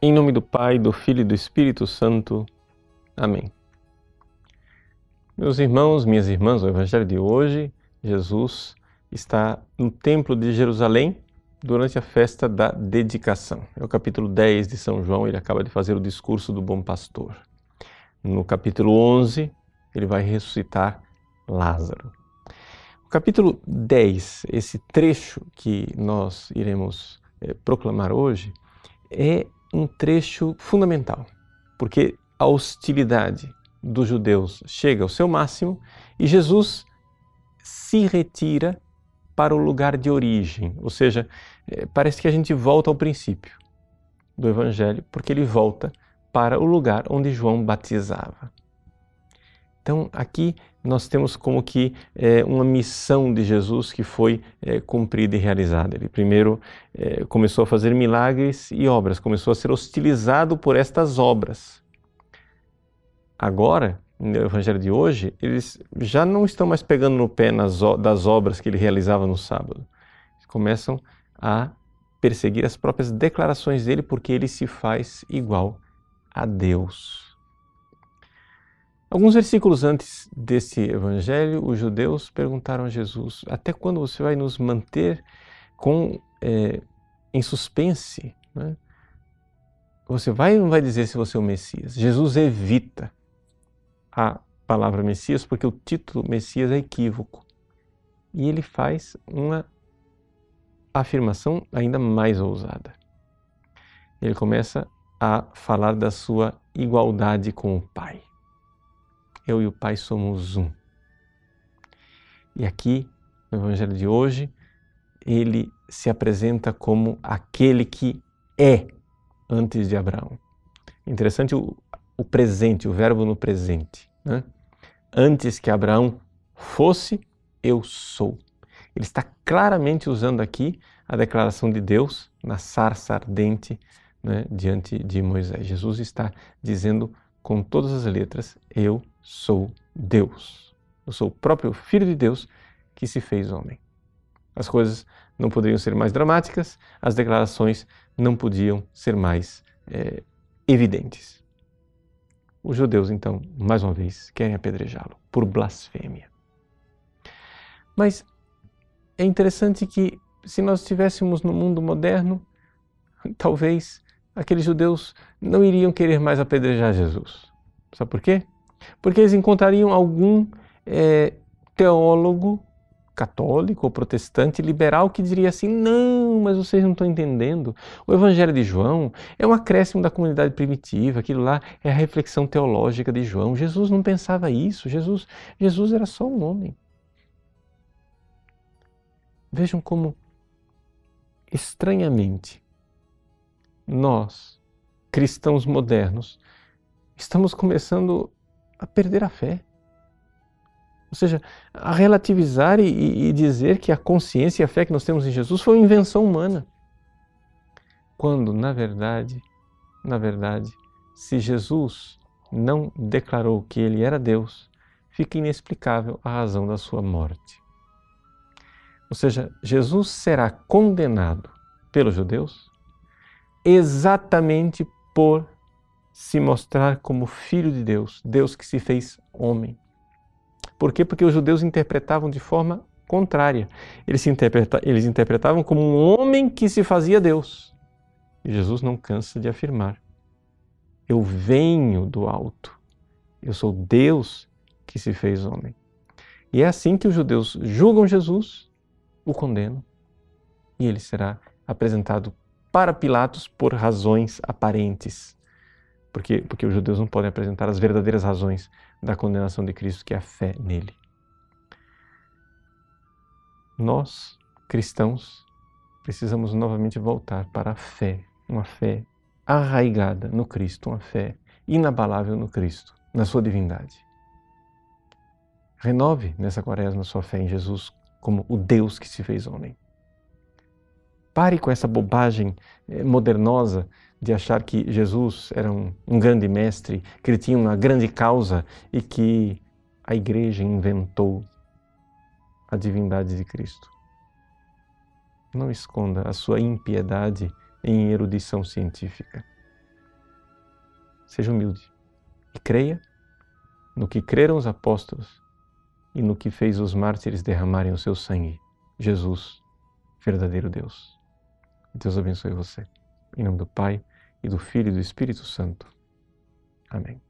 Em nome do Pai, do Filho e do Espírito Santo. Amém. Meus irmãos, minhas irmãs, o Evangelho de hoje, Jesus está no Templo de Jerusalém durante a festa da dedicação. É o capítulo 10 de São João, ele acaba de fazer o discurso do Bom Pastor. No capítulo 11, ele vai ressuscitar Lázaro. O capítulo 10, esse trecho que nós iremos proclamar hoje, é um trecho fundamental, porque a hostilidade dos judeus chega ao seu máximo e Jesus se retira para o lugar de origem, ou seja, parece que a gente volta ao princípio do Evangelho, porque ele volta para o lugar onde João batizava. Então aqui nós temos como que uma missão de Jesus que foi cumprida e realizada. Ele primeiro começou a fazer milagres e obras, começou a ser hostilizado por estas obras. Agora, no Evangelho de hoje, eles já não estão mais pegando no pé das obras que ele realizava no sábado. Eles começam a perseguir as próprias declarações dele porque ele se faz igual a Deus. Alguns versículos antes desse evangelho, os judeus perguntaram a Jesus: até quando você vai nos manter em suspense? Né? Você vai ou não vai dizer se você é o Messias? Jesus evita a palavra Messias porque o título Messias é equívoco. E ele faz uma afirmação ainda mais ousada. Ele começa a falar da sua igualdade com o Pai. Eu e o Pai somos um. E aqui, no Evangelho de hoje, ele se apresenta como aquele que é antes de Abraão. Interessante o presente, o verbo no presente. Né? Antes que Abraão fosse, eu sou. Ele está claramente usando aqui a declaração de Deus na sarça ardente, né, diante de Moisés. Jesus está dizendo com todas as letras: eu sou Deus. Eu sou o próprio Filho de Deus que se fez homem. As coisas não poderiam ser mais dramáticas, as declarações não podiam ser mais evidentes. Os judeus, então, mais uma vez, querem apedrejá-lo por blasfêmia. Mas é interessante que, se nós estivéssemos no mundo moderno, talvez aqueles judeus não iriam querer mais apedrejar Jesus. Sabe por quê? Porque eles encontrariam algum teólogo católico ou protestante liberal que diria assim: não, mas vocês não estão entendendo. O Evangelho de João é um acréscimo da comunidade primitiva, aquilo lá é a reflexão teológica de João. Jesus não pensava isso, Jesus era só um homem. Vejam como, estranhamente, nós, cristãos modernos, estamos começando a perder a fé. Ou seja, a relativizar e dizer que a consciência e a fé que nós temos em Jesus foi uma invenção humana. Quando, na verdade, se Jesus não declarou que ele era Deus, fica inexplicável a razão da sua morte. Ou seja, Jesus será condenado pelos judeus exatamente por se mostrar como Filho de Deus, Deus que se fez homem. Por quê? Porque os judeus interpretavam de forma contrária. Eles interpretavam como um homem que se fazia Deus. E Jesus não cansa de afirmar: eu venho do alto, eu sou Deus que se fez homem. E é assim que os judeus julgam Jesus, o condenam, e ele será apresentado para Pilatos por razões aparentes. Porque os judeus não podem apresentar as verdadeiras razões da condenação de Cristo, que é a fé nele. Nós, cristãos, precisamos novamente voltar para a fé, uma fé arraigada no Cristo, uma fé inabalável no Cristo, na sua divindade. Renove nessa quaresma sua fé em Jesus como o Deus que se fez homem. Pare com essa bobagem modernosa de achar que Jesus era um grande mestre, que ele tinha uma grande causa e que a Igreja inventou a divindade de Cristo. Não esconda a sua impiedade em erudição científica. Seja humilde e creia no que creram os apóstolos e no que fez os mártires derramarem o seu sangue. Jesus, verdadeiro Deus. Deus abençoe você. Em nome do Pai, e do Filho e do Espírito Santo. Amém.